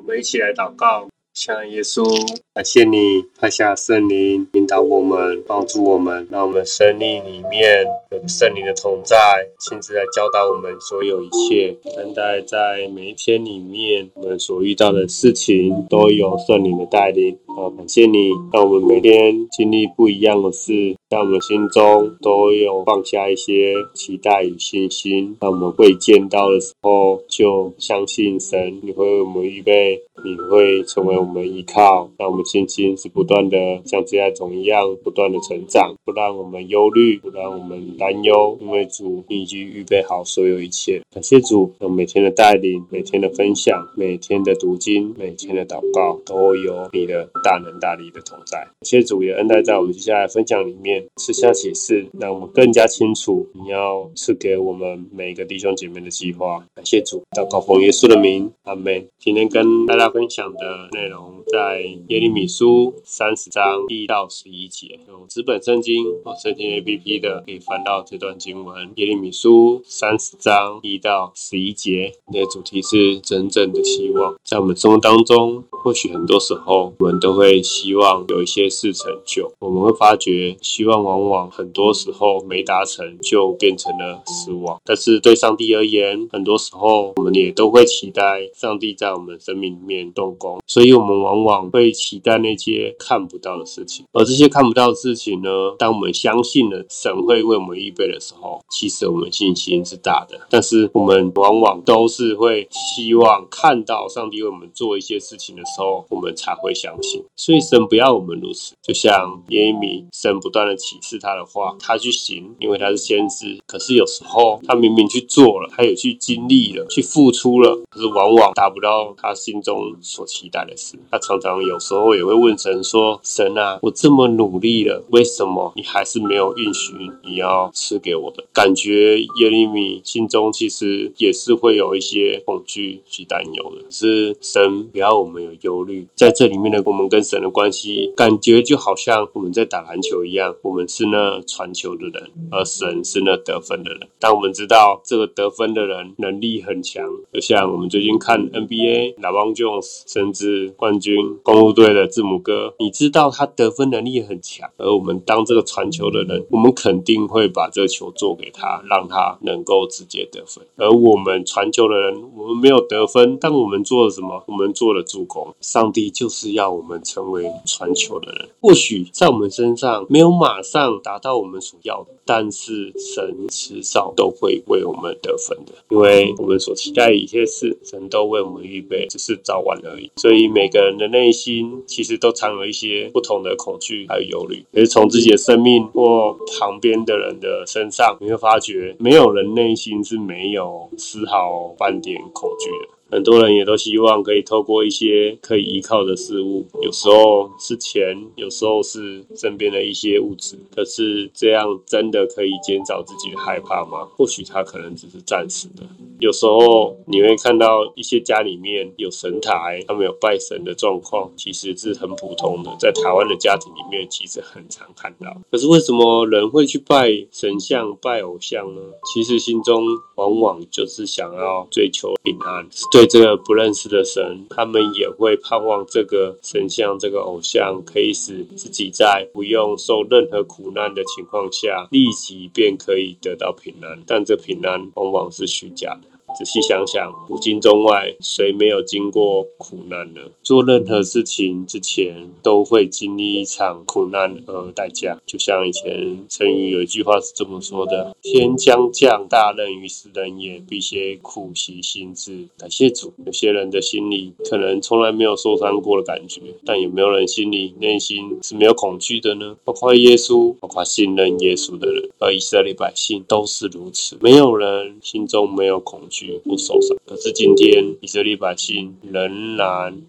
们一起来祷告。向耶稣，感谢你派下圣灵引导我们，帮助我们，让我们生命里面有圣灵的同在，亲自来教导我们所有一切。恩待在每一天里面，我们所遇到的事情都有圣灵的带领。感谢你，让我们每天经历不一样的事，让我们心中都有放下一些期待与信心，让我们会见到的时候就相信神，你会为我们预备，你会成为我们依靠，让我们信心是不断的像芥菜种一样不断的成长，不让我们忧虑，不让我们担忧，因为主你已经预备好所有一切。感谢主，让每天的带领，每天的分享，每天的读经，每天的祷告都有你的大能大力的同在。感谢主也恩待在我们接下来分享里面赐下启示，让我们更加清楚你要赐给我们每一个弟兄姐妹的计划。感谢主，祷告奉耶稣的名，阿们。今天跟大家分享的内容在耶利米书30章1到11节，用纸本圣经或圣经 APP 的可以翻到这段经文。耶利米书30章1到11节，你的主题是真正的希望。在我们生活当中，或许很多时候我们都会希望有一些事成就，我们会发觉希望往往很多时候没达成就变成了失望。但是对上帝而言，很多时候我们也都会期待上帝在我们生命里面动工，所以我们往往会期待那些看不到的事情。而这些看不到的事情呢，当我们相信了神会为我们预备的时候，其实我们信心是大的。但是我们往往都是会希望看到上帝为我们做一些事情的时候，我们才会相信。所以神不要我们如此，就像耶利米，神不断的启示他的话，他去行，因为他是先知。可是有时候他明明去做了，他也去经历了，去付出了，可是往往达不到他心中所期待的事。他常常有时候也会问神说，神啊，我这么努力了，为什么你还是没有允许你要赐给我的？感觉耶利米心中其实也是会有一些恐惧及担忧的。可是神不要我们有忧虑，在这里面的我们跟神的关系，感觉就好像我们在打篮球一样，我们是那传球的人，而神是那得分的人。当我们知道这个得分的人能力很强，就像我们最近看 NBA LeBron James 甚至冠军公鹿队的字母哥，你知道他得分能力很强，而我们当这个传球的人，我们肯定会把这个球做给他，让他能够直接得分。而我们传球的人，我们没有得分，但我们做了什么？我们做了助攻。上帝就是要我们成为传球的人。或许在我们身上没有马上达到我们所要的，但是神迟早都会为我们得分的，因为我们所期待的一切事，神都为我们预备，只是早晚而已。所以每个人的内心其实都藏有一些不同的恐惧还有忧虑，也是从自己的生命或旁边的人的身上，你会发觉没有人内心是没有丝毫半点恐惧的。很多人也都希望可以透过一些可以依靠的事物，有时候是钱，有时候是身边的一些物质。可是这样真的可以减少自己的害怕吗？或许它可能只是暂时的。有时候你会看到一些家里面有神台，他们有拜神的状况，其实是很普通的，在台湾的家庭里面其实很常看到。可是为什么人会去拜神像、拜偶像呢？其实心中往往就是想要追求平安。对这个不认识的神，他们也会盼望这个神像、这个偶像可以使自己在不用受任何苦难的情况下，立即便可以得到平安。但这平安往往是虚假的。仔细想想，古今中外，谁没有经过苦难呢？做任何事情之前，都会经历一场苦难和代价。就像以前成语有一句话是这么说的：天将降大任于斯人也，必先苦其心志。感谢主，有些人的心里可能从来没有受伤过的感觉，但有没有人心里内心是没有恐惧的呢？包括耶稣，包括信任耶稣的人，而以色列百姓都是如此，没有人心中没有恐惧不受伤。可是今天以色列百姓仍然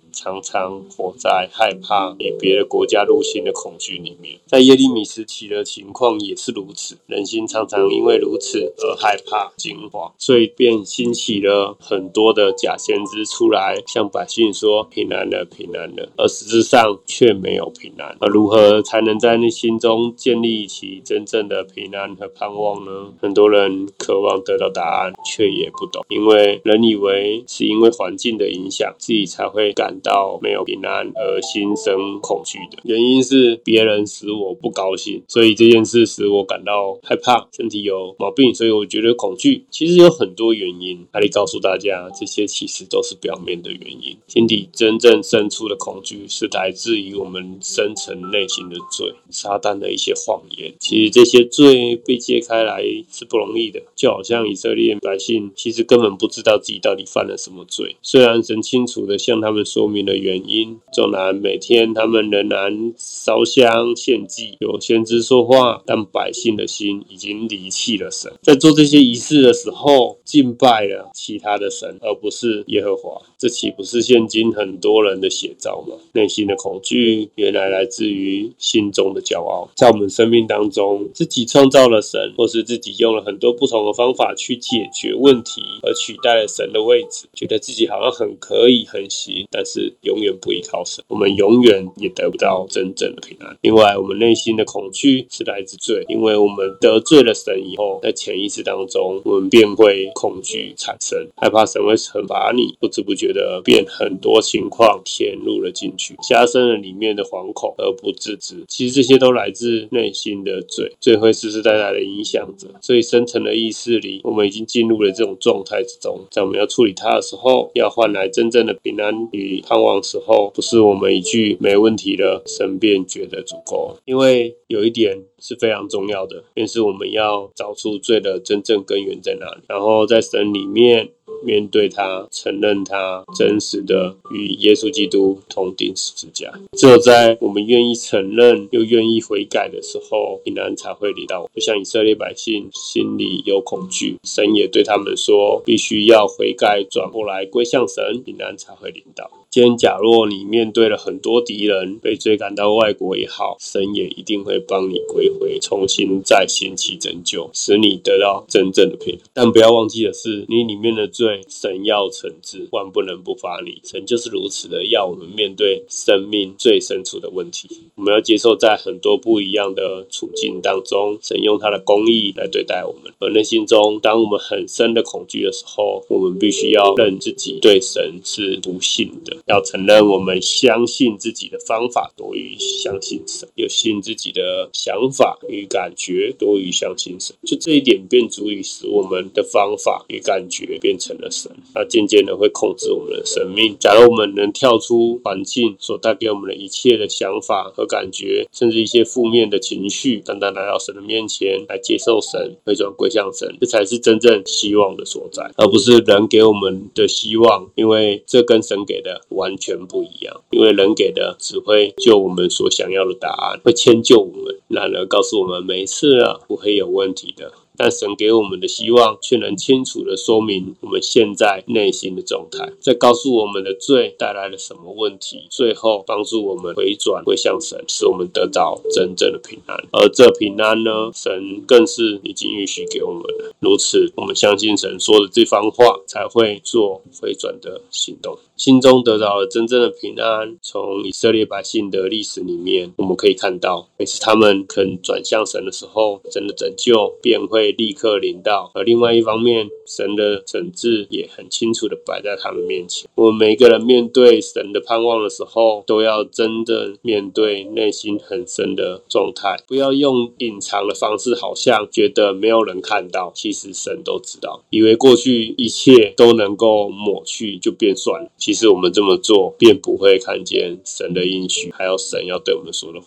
常常活在害怕与别的国家入侵的恐惧里面。在耶利米时期的情况也是如此，人心常常因为如此而害怕惊慌，所以便兴起了很多的假先知出来向百姓说平安了，平安了，而实质上却没有平安。而如何才能在内心中建立起真正的平安和盼望呢？很多人渴望得到答案，却也不懂，因为人以为是因为环境的影响，自己才会感到没有平安而心生恐惧的。原因是别人使我不高兴，所以这件事使我感到害怕，身体有毛病，所以我觉得恐惧。其实有很多原因，阿里告诉大家，这些其实都是表面的原因，心底真正深处的恐惧是来自于我们深层内心的罪，撒旦的一些谎言。其实这些罪被揭开来是不容易的，就好像以色列百姓其实根本不知道自己到底犯了什么罪，虽然神清楚的向他们说明了原因，纵然每天他们仍然烧香献祭，有先知说话，但百姓的心已经离弃了神，在做这些仪式的时候敬拜了其他的神，而不是耶和华。这岂不是现今很多人的写照吗？内心的恐惧原来来自于心中的骄傲。在我们生命当中，自己创造了神，或是自己用了很多不同的方法去解决问题，而取代了神的位置，觉得自己好像很可以很行，但是永远不依靠神，我们永远也得不到真正的平安。另外，我们内心的恐惧是来自罪，因为我们得罪了神以后，在潜意识当中我们便会恐惧产生，害怕神会惩罚你，不知不觉的便很多情况填入了进去，加深了里面的惶恐而不自知。其实这些都来自内心的罪，罪会世世代代的影响着，所以深层的意识里，我们已经进入了这种状态之中。在我们要处理它的时候，要换来真正的平安与盼望的时候，不是我们一句没问题了，神便觉得足够。因为有一点是非常重要的，便是我们要找出罪的真正根源在哪里，然后在神里面面对他，承认他，真实的与耶稣基督同钉十字架。只有在我们愿意承认又愿意悔改的时候，平安才会临到。就像以色列百姓心里有恐惧，神也对他们说，必须要悔改转过来归向神，平安才会临到。今天假若你面对了很多敌人，被追赶到外国也好，神也一定会帮你归回，重新再兴起拯救，使你得到真正的平安。但不要忘记的是，你里面的罪神要惩治，万不能不罚你。神就是如此的要我们面对生命最深处的问题，我们要接受在很多不一样的处境当中，神用他的公义来对待我们。而内心中当我们很深的恐惧的时候，我们必须要认自己对神是不信的，要承认我们相信自己的方法多于相信神，又信自己的想法与感觉多于相信神。就这一点便足以使我们的方法与感觉变成了神，它渐渐的会控制我们的生命。假如我们能跳出环境所带给我们的一切的想法和感觉，甚至一些负面的情绪，单单来到神的面前来接受神，回转归向神，这才是真正希望的所在，而不是人给我们的希望，因为这跟神给的完全不一样。因为人给的只会就我们所想要的答案，会迁就我们，然而告诉我们没事了，不会有问题的。但神给我们的希望却能清楚地说明我们现在内心的状态，再告诉我们的罪带来了什么问题，最后帮助我们回转归向神，使我们得到真正的平安。而这平安呢，神更是已经预许给我们了。如此，我们相信神说的这番话，才会做回转的行动，心中得到了真正的平安。从以色列百姓的历史里面，我们可以看到，每次他们肯转向神的时候，神的拯救便会立刻临到。而另外一方面，神的惩治也很清楚的摆在他们面前。我们每一个人面对神的盼望的时候，都要真的面对内心很深的状态，不要用隐藏的方式，好像觉得没有人看到，其实神都知道，以为过去一切都能够抹去就变算了。其实我们这么做便不会看见神的应许，还有神要对我们说的话。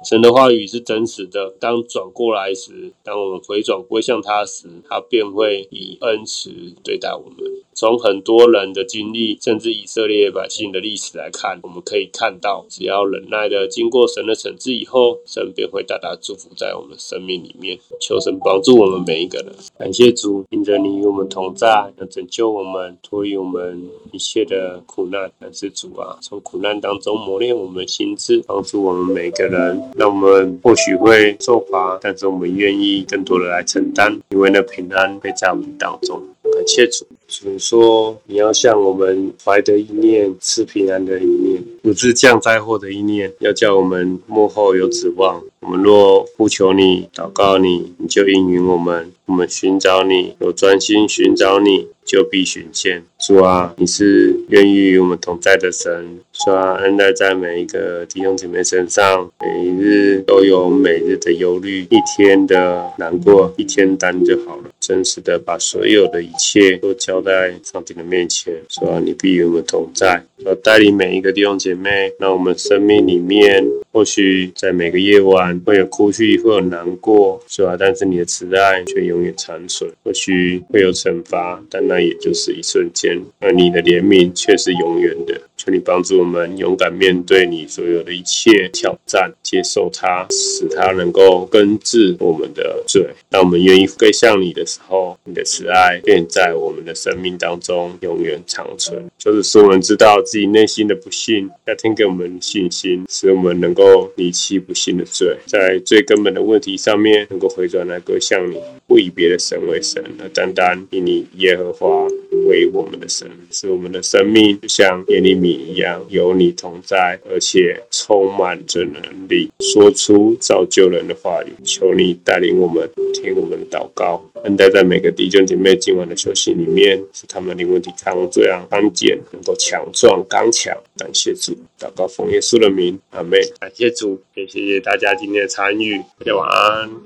神的话语是真实的，当转过来时，当我们回转归向他时，他便会以恩慈对待我们。从很多人的经历，甚至以色列百姓的历史来看，我们可以看到，只要忍耐的经过神的惩治以后，神便会大大祝福在我们的生命里面。求神帮助我们每一个人。感谢主，因着你与我们同在，要拯救我们，脱离我们一切的苦难。感谢主啊，从苦难当中磨练我们的心智，帮助我们每一个人。让我们或许会受罚，但是我们愿意更多的来承担，因为那平安会在我们当中。感谢主，主说你要向我们怀的意念赐平安的意念，不是降灾祸的意念，要叫我们末后有指望。我们若呼求你，祷告你，你就应允我们。我们寻找你，若专心寻找你，就必寻见。主啊，你是愿意与我们同在的神。主啊，恩待在每一个弟兄姐妹身上，每日都有每日的忧虑，一天的难过，一天担就好了。真实的把所有的一切都交在上帝的面前。主啊，你必与我们同在。要带领每一个弟兄姐妹，让我们生命里面或许在每个夜晚会有哭泣，会有难过，是吧？但是你的慈爱却永远长存。或许会有惩罚，但那也就是一瞬间，而你的怜悯却是永远的。求你帮助我们勇敢面对你所有的一切挑战，接受它，使它能够根治我们的罪。当我们愿意归向你的时候，你的慈爱便在我们的生命当中永远长存。就是使我们知道自己内心的不幸，要添给我们信心，使我们能够离弃不幸的罪，在最根本的问题上面能够回转来归向你，不以别的神为神，而单单以你耶和华为我们的神，使我们的生命就像耶利米一样，有你同在，而且充满着能力，说出造就人的话语。求你带领我们，听我们的祷告，恩待在每个弟兄姐妹今晚的休息里面，使他们的灵魂体康这样康健，能够强壮刚强。感谢主，祷告奉耶稣的名，阿们。感谢主，也谢谢大家今天的参与，大家晚安。